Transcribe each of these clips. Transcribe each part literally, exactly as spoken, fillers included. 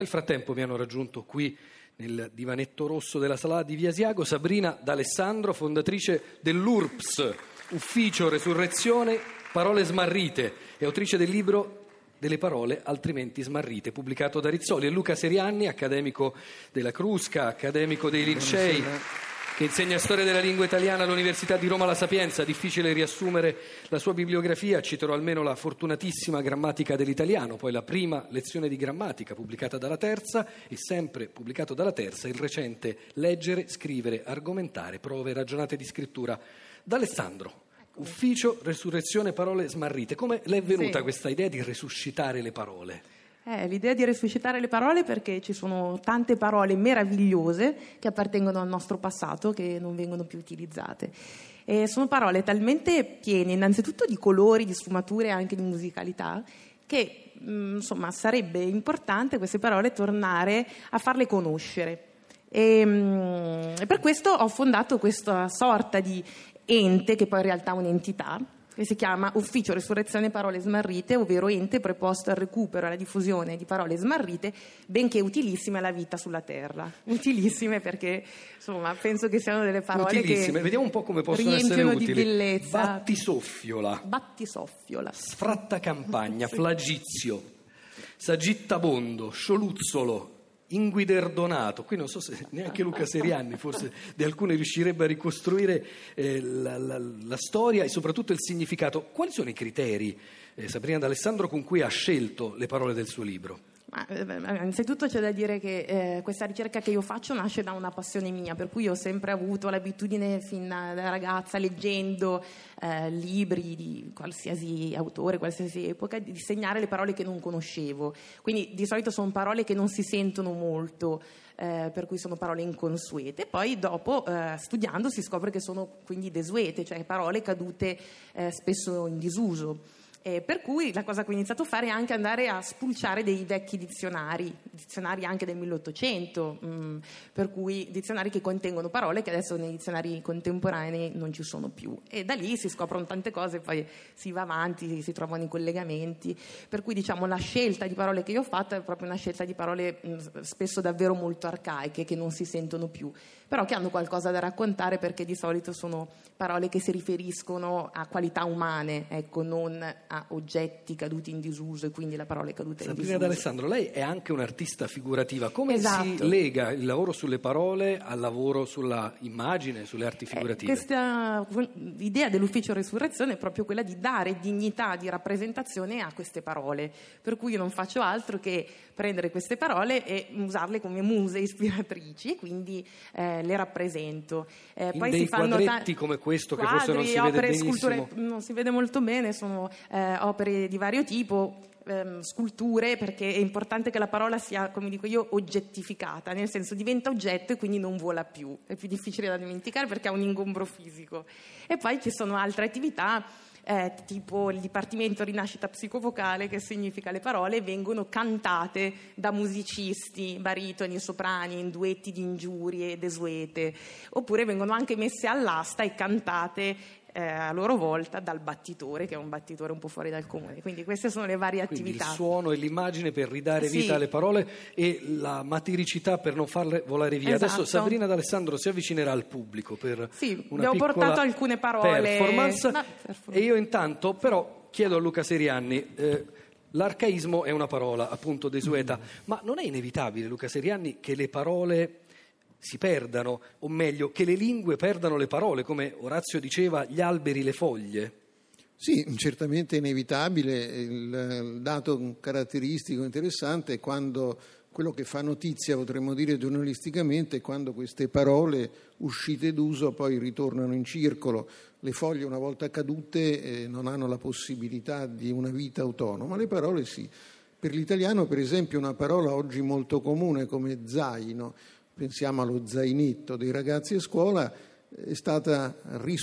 Nel frattempo mi hanno raggiunto qui nel divanetto rosso della Sala di Via Asiago Sabrina D'Alessandro, fondatrice dell'U R P S, Ufficio Resurrezione Parole Smarrite, e autrice del libro Delle parole altrimenti smarrite, pubblicato da Rizzoli, e Luca Serianni, accademico della Crusca, accademico dei licei, Buonasera. Che insegna storia della lingua italiana all'Università di Roma La Sapienza. Difficile riassumere la sua bibliografia, citerò almeno la fortunatissima grammatica dell'italiano, poi la prima lezione di grammatica pubblicata dalla Terza, e sempre pubblicato dalla Terza il recente Leggere, scrivere, argomentare, prove ragionate di scrittura. D'Alessandro, Ufficio Resurrezione Parole Smarrite, come le è venuta sì. questa idea di resuscitare le parole? Eh, l'idea di resuscitare le parole perché ci sono tante parole meravigliose che appartengono al nostro passato che non vengono più utilizzate. E sono parole talmente piene innanzitutto di colori, di sfumature e anche di musicalità che mh, insomma sarebbe importante queste parole tornare a farle conoscere. E, mh, e per questo ho fondato questa sorta di ente, che poi in realtà è un'entità, che si chiama Ufficio Resurrezione Parole Smarrite, ovvero ente preposto al recupero e alla diffusione di parole smarrite, benché utilissime alla vita sulla terra. Utilissime perché, insomma, penso che siano delle parole utilissime. che Vediamo un po' come possono essere utili. Di bellezza. Battisoffiola. Battisoffiola. Sfrattacampagna, flagizio, saggittabondo, scioluzzolo, inguiderdonato. Qui non so se neanche Luca Serianni forse di alcune riuscirebbe a ricostruire eh, la, la, la storia e soprattutto il significato. Quali sono i criteri, eh, Sabrina D'Alessandro, con cui ha scelto le parole del suo libro? Ma, eh, innanzitutto c'è da dire che eh, questa ricerca che io faccio nasce da una passione mia, per cui ho sempre avuto l'abitudine fin da ragazza, leggendo eh, libri di qualsiasi autore, qualsiasi epoca, di segnare le parole che non conoscevo. Quindi di solito sono parole che non si sentono molto, eh, per cui sono parole inconsuete. Poi dopo eh, studiando si scopre che sono quindi desuete, cioè parole cadute eh, spesso in disuso. Eh, per cui la cosa che ho iniziato a fare è anche andare a spulciare dei vecchi dizionari, dizionari anche del milleottocento, mh, per cui dizionari che contengono parole che adesso nei dizionari contemporanei non ci sono più, e da lì si scoprono tante cose, poi si va avanti, si trovano i collegamenti, per cui diciamo la scelta di parole che io ho fatto è proprio una scelta di parole mh, spesso davvero molto arcaiche, che non si sentono più, però che hanno qualcosa da raccontare, perché di solito sono parole che si riferiscono a qualità umane, ecco, non a oggetti caduti in disuso, e quindi la parola è caduta in disuso. Sabrina D'Alessandro, lei è anche un'artista figurativa. Come esatto. si lega il lavoro sulle parole al lavoro sulla immagine, sulle arti figurative? Eh, questa idea dell'Ufficio Resurrezione è proprio quella di dare dignità di rappresentazione a queste parole, per cui io non faccio altro che prendere queste parole e usarle come muse ispiratrici, e quindi eh, le rappresento. Eh, in poi dei si fanno quadretti ta- come questo, che quadri, forse non si opere, vede benissimo. Sculture, non si vede molto bene, sono eh, opere di vario tipo, ehm, sculture, perché è importante che la parola sia, come dico io, oggettificata, nel senso diventa oggetto e quindi non vola più, è più difficile da dimenticare perché ha un ingombro fisico. E poi ci sono altre attività, Eh, tipo il Dipartimento Rinascita Psicovocale, che significa le parole vengono cantate da musicisti, baritoni, soprani, in duetti di ingiurie, desuete, oppure vengono anche messe all'asta e cantate eh, a loro volta dal battitore, che è un battitore un po' fuori dal comune. Quindi queste sono le varie Quindi attività. Il suono e l'immagine per ridare sì. vita alle parole, e la matericità per non farle volare via. Esatto. Adesso Sabrina D'Alessandro si avvicinerà al pubblico per sì, una vi ho piccola portato alcune parole performance. No, performance. E io intanto però chiedo a Luca Serianni, eh, l'arcaismo è una parola appunto desueta, mm. ma non è inevitabile, Luca Serianni, che le parole si perdano, o meglio che le lingue perdano le parole, come Orazio diceva, gli alberi, le foglie? Sì, certamente è inevitabile. Il dato caratteristico interessante è quando quello che fa notizia, potremmo dire giornalisticamente, è quando queste parole uscite d'uso poi ritornano in circolo. Le foglie, una volta cadute, eh, non hanno la possibilità di una vita autonoma, le parole sì. Per l'italiano, per esempio, una parola oggi molto comune come zaino, pensiamo allo zainetto dei ragazzi a scuola, è stata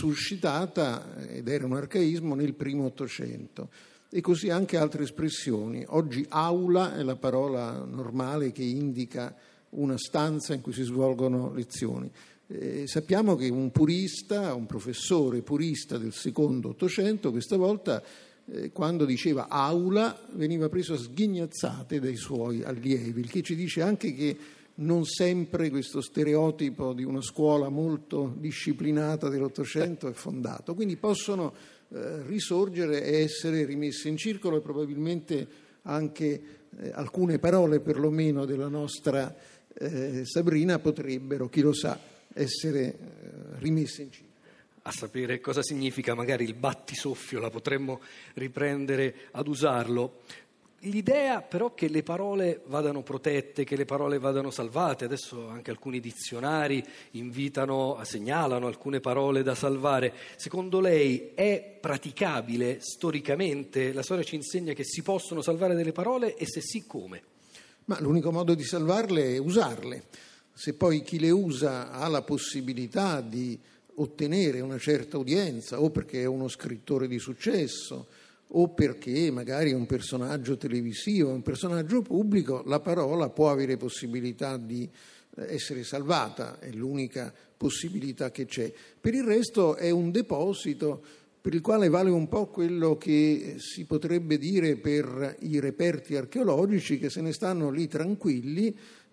risuscitata, ed era un arcaismo, nel primo Ottocento. E così anche altre espressioni. Oggi aula è la parola normale che indica una stanza in cui si svolgono lezioni. Eh, sappiamo che un purista, un professore purista del secondo Ottocento, questa volta eh, quando diceva aula veniva preso a sghignazzate dai suoi allievi, il che ci dice anche che non sempre questo stereotipo di una scuola molto disciplinata dell'Ottocento è fondato, quindi possono eh, risorgere e essere rimesse in circolo, e probabilmente anche eh, alcune parole perlomeno della nostra eh, Sabrina potrebbero, chi lo sa, essere eh, rimesse in circolo. A sapere cosa significa magari il battisoffio, la potremmo riprendere ad usarlo. L'idea però che le parole vadano protette, che le parole vadano salvate, adesso anche alcuni dizionari invitano, segnalano alcune parole da salvare, secondo lei è praticabile storicamente? La storia ci insegna che si possono salvare delle parole, e se sì, come? Ma l'unico modo di salvarle è usarle. Se poi chi le usa ha la possibilità di ottenere una certa udienza, o perché è uno scrittore di successo, o perché magari è un personaggio televisivo, un personaggio pubblico, la parola può avere possibilità di essere salvata, è l'unica possibilità che c'è. Per il resto è un deposito per il quale vale un po' quello che si potrebbe dire per i reperti archeologici, che se ne stanno lì tranquilli.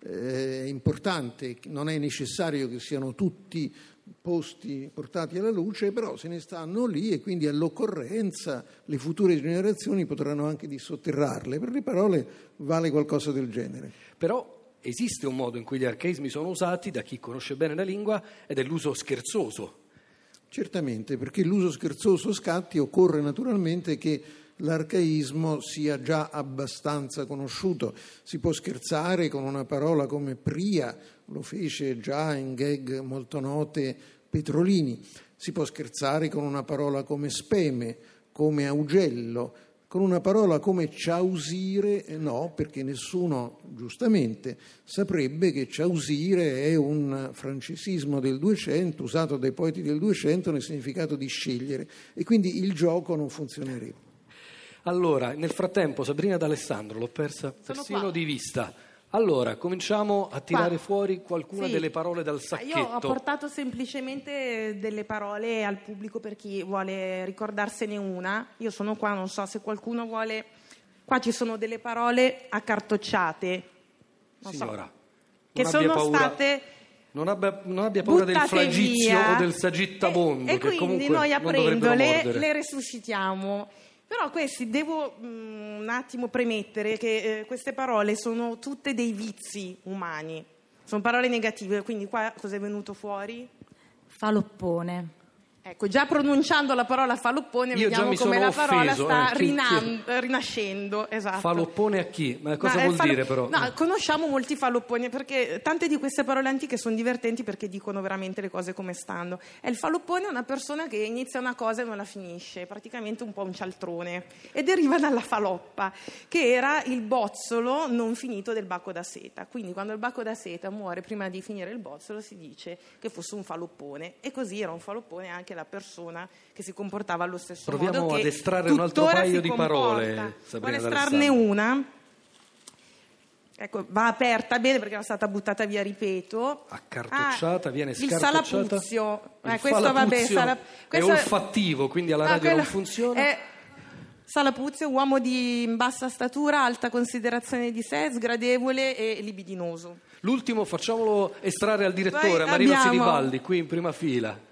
È importante, non è necessario che siano tutti posti portati alla luce, però se ne stanno lì e quindi all'occorrenza le future generazioni potranno anche dissotterrarle. Per le parole vale qualcosa del genere. Però esiste un modo in cui gli arcaismi sono usati da chi conosce bene la lingua, ed è l'uso scherzoso. Certamente, perché l'uso scherzoso scatti, occorre naturalmente che l'arcaismo sia già abbastanza conosciuto. Si può scherzare con una parola come pria, lo fece già in gag molto note Petrolini. Si può scherzare con una parola come speme, come augello, con una parola come ciausire, no, perché nessuno giustamente saprebbe che ciausire è un francesismo del Duecento, usato dai poeti del Duecento nel significato di scegliere, e quindi il gioco non funzionerebbe. Allora, nel frattempo Sabrina D'Alessandro l'ho persa persino di vista. Allora, cominciamo a tirare qua fuori qualcuna sì. delle parole dal sacchetto. Io ho portato semplicemente delle parole al pubblico per chi vuole ricordarsene una. Io sono qua, non so se qualcuno vuole. Qua ci sono delle parole accartocciate. Non Signora, so, che sono paura. state... Non abbia, non abbia paura del flagizio via. o del sagittamondo. E, e che quindi noi aprendo le, le resuscitiamo. Però questi devo mh, un attimo premettere che eh, queste parole sono tutte dei vizi umani, sono parole negative, quindi qua cosa è venuto fuori? Faloppone. Ecco, già pronunciando la parola faloppone Io vediamo come la parola offeso, sta eh, chi, rinan- chi... rinascendo. Esatto. Faloppone a chi? Ma cosa no, vuol fallo... dire però? No, conosciamo molti falopponi, perché tante di queste parole antiche sono divertenti perché dicono veramente le cose come stanno. E il faloppone è una persona che inizia una cosa e non la finisce, è praticamente un po' un cialtrone, e deriva dalla faloppa, che era il bozzolo non finito del bacco da seta. Quindi quando il bacco da seta muore prima di finire il bozzolo si dice che fosse un faloppone, e così era un faloppone anche la persona che si comportava allo stesso Proviamo modo. Proviamo ad estrarre un altro paio di parole. Vuole estrarne una? Ecco, va aperta bene perché era stata buttata via, ripeto. Accartocciata, ah, viene scartocciata. Il salapuzio. Il eh, questo vabbè, sala... questo è olfattivo, quindi alla radio ah, non funziona. È... Salapuzio, uomo di bassa statura, alta considerazione di sé, sgradevole e libidinoso. L'ultimo facciamolo estrarre al direttore, Poi Marino abbiamo... Sinibaldi, qui in prima fila.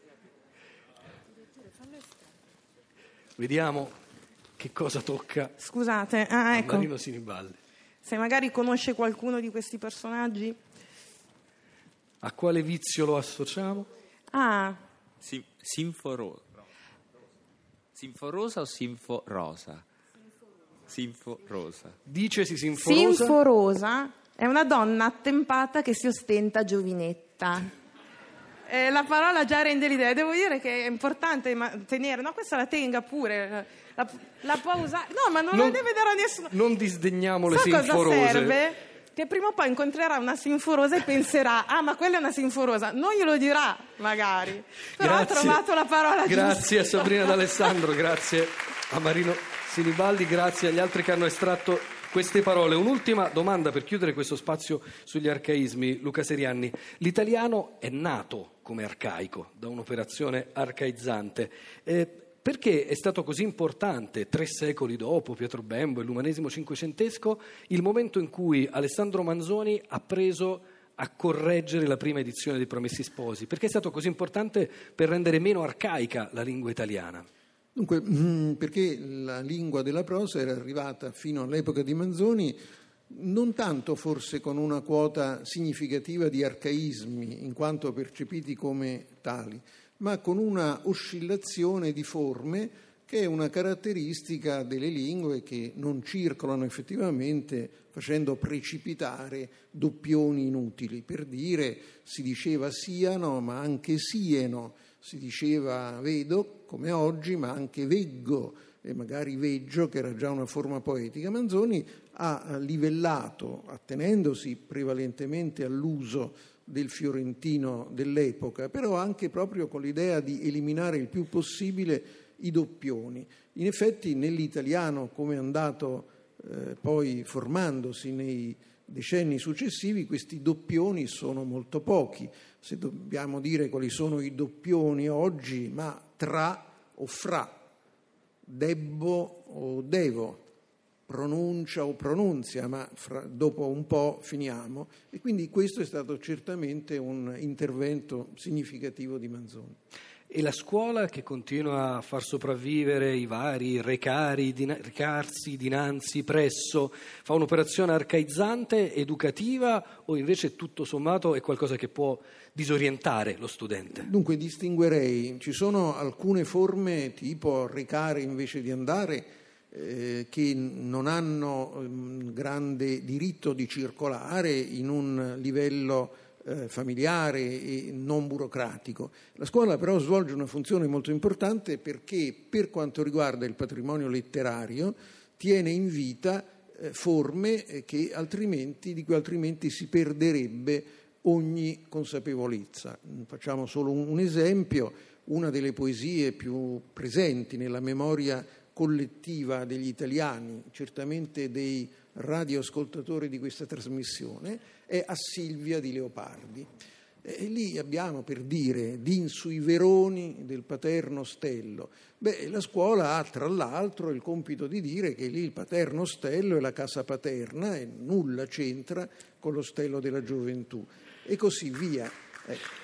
Vediamo che cosa tocca. Scusate, ah, ecco. Marino Sinibaldi. Se magari conosce qualcuno di questi personaggi. A quale vizio lo associamo? Ah. Sim- Sinforosa. Sinforosa o sinforosa? Sinforosa. Dicesi sinforosa. Sinforosa è una donna attempata che si ostenta giovinetta. Eh, la parola già rende l'idea. Devo dire che è importante tenere, no, questa la tenga pure, la, la può usare, no, ma non, non la deve dare a nessuno. Non disdegniamo le Sa sinforose. Cosa serve? Che prima o poi incontrerà una sinforosa e penserà: ah, ma quella è una sinforosa. Non glielo dirà, magari, però grazie. Ha trovato la parola grazie giusta. A Sabrina D'Alessandro, grazie a Marino Sinibaldi, grazie agli altri che hanno estratto queste parole. Un'ultima domanda per chiudere questo spazio sugli arcaismi, Luca Serianni. L'italiano è nato come arcaico da un'operazione arcaizzante. Eh, Perché è stato così importante, tre secoli dopo Pietro Bembo e l'umanesimo cinquecentesco, il momento in cui Alessandro Manzoni ha preso a correggere la prima edizione dei Promessi Sposi? Perché è stato così importante per rendere meno arcaica la lingua italiana? Dunque, perché la lingua della prosa era arrivata fino all'epoca di Manzoni non tanto forse con una quota significativa di arcaismi, in quanto percepiti come tali, ma con una oscillazione di forme che è una caratteristica delle lingue che non circolano effettivamente facendo precipitare doppioni inutili. Per dire, si diceva siano, ma anche sieno, si diceva vedo, come oggi, ma anche veggo, e magari veggio, che era già una forma poetica. Manzoni ha livellato, attenendosi prevalentemente all'uso del fiorentino dell'epoca, però anche proprio con l'idea di eliminare il più possibile i doppioni. In effetti nell'italiano, come è andato eh, poi formandosi nei decenni successivi, questi doppioni sono molto pochi. Se dobbiamo dire quali sono i doppioni oggi, ma tra o fra, debbo o devo, pronuncia o pronunzia, ma fra, dopo un po' finiamo, e quindi questo è stato certamente un intervento significativo di Manzoni. E la scuola che continua a far sopravvivere i vari recari, din- recarsi dinanzi, presso, fa un'operazione arcaizzante, educativa, o invece tutto sommato è qualcosa che può disorientare lo studente? Dunque distinguerei, ci sono alcune forme tipo recare invece di andare eh, che non hanno um, grande diritto di circolare in un livello familiare e non burocratico. La scuola però svolge una funzione molto importante perché, per quanto riguarda il patrimonio letterario, tiene in vita eh, forme che altrimenti, di cui altrimenti si perderebbe ogni consapevolezza. Facciamo solo un, un esempio: una delle poesie più presenti nella memoria collettiva degli italiani, certamente dei radioascoltatori di questa trasmissione, è A Silvia di Leopardi. E lì abbiamo, per dire, din sui veroni del paterno stello. Beh, la scuola ha tra l'altro il compito di dire che lì il paterno stello è la casa paterna e nulla c'entra con lo stello della gioventù, e così via. Ecco.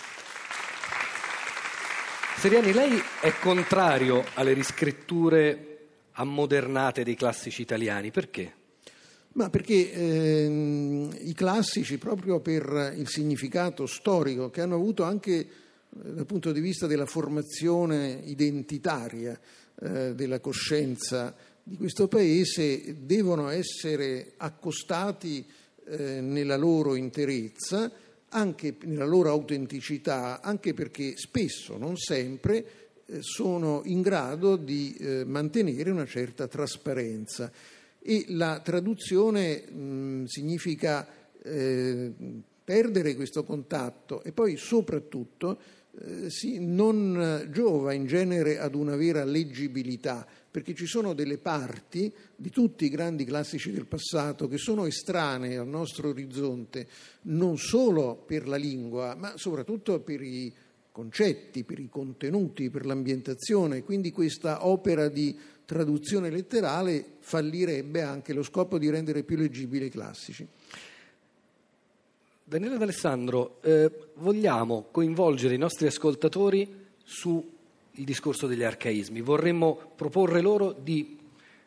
Seriani, lei è contrario alle riscritture ammodernate dei classici italiani, perché? Ma perché ehm, i classici, proprio per il significato storico che hanno avuto anche eh, dal punto di vista della formazione identitaria eh, della coscienza di questo paese, devono essere accostati eh, nella loro interezza, anche nella loro autenticità, anche perché spesso, non sempre, eh, sono in grado di eh, mantenere una certa trasparenza. E la traduzione mh, significa eh, perdere questo contatto, e poi soprattutto eh, si non giova in genere ad una vera leggibilità, perché ci sono delle parti di tutti i grandi classici del passato che sono estranee al nostro orizzonte, non solo per la lingua, ma soprattutto per i concetti, per i contenuti, per l'ambientazione. Quindi questa opera di traduzione letterale fallirebbe anche lo scopo di rendere più leggibili i classici. Daniele D'Alessandro, eh, vogliamo coinvolgere i nostri ascoltatori sul discorso degli arcaismi. Vorremmo proporre loro di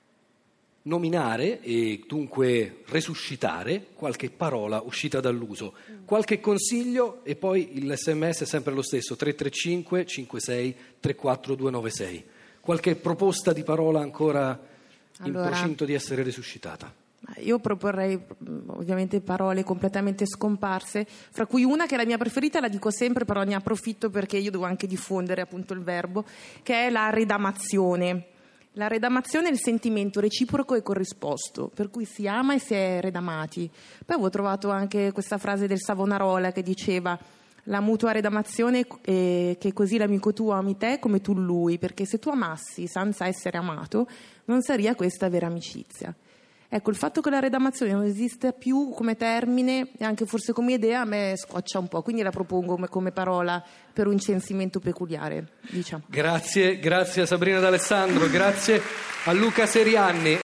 nominare e dunque resuscitare qualche parola uscita dall'uso, qualche consiglio, e poi l'esse emme esse è sempre lo stesso: tre tre cinque cinque sei tre quattro due nove sei. Qualche proposta di parola ancora allora, in procinto di essere resuscitata? Io proporrei ovviamente parole completamente scomparse, fra cui una che è la mia preferita, la dico sempre, però ne approfitto perché io devo anche diffondere appunto il verbo, che è la redamazione. La redamazione è il sentimento reciproco e corrisposto, per cui si ama e si è redamati. Poi avevo trovato anche questa frase del Savonarola che diceva: la mutua redamazione è che così l'amico tuo ami te come tu lui, perché se tu amassi senza essere amato non sarebbe questa vera amicizia. Ecco, il fatto che la redamazione non esista più come termine e anche forse come idea a me scoccia un po', quindi la propongo come, come parola per un censimento peculiare, diciamo. Grazie, grazie a Sabrina D'Alessandro, grazie a Luca Serianni.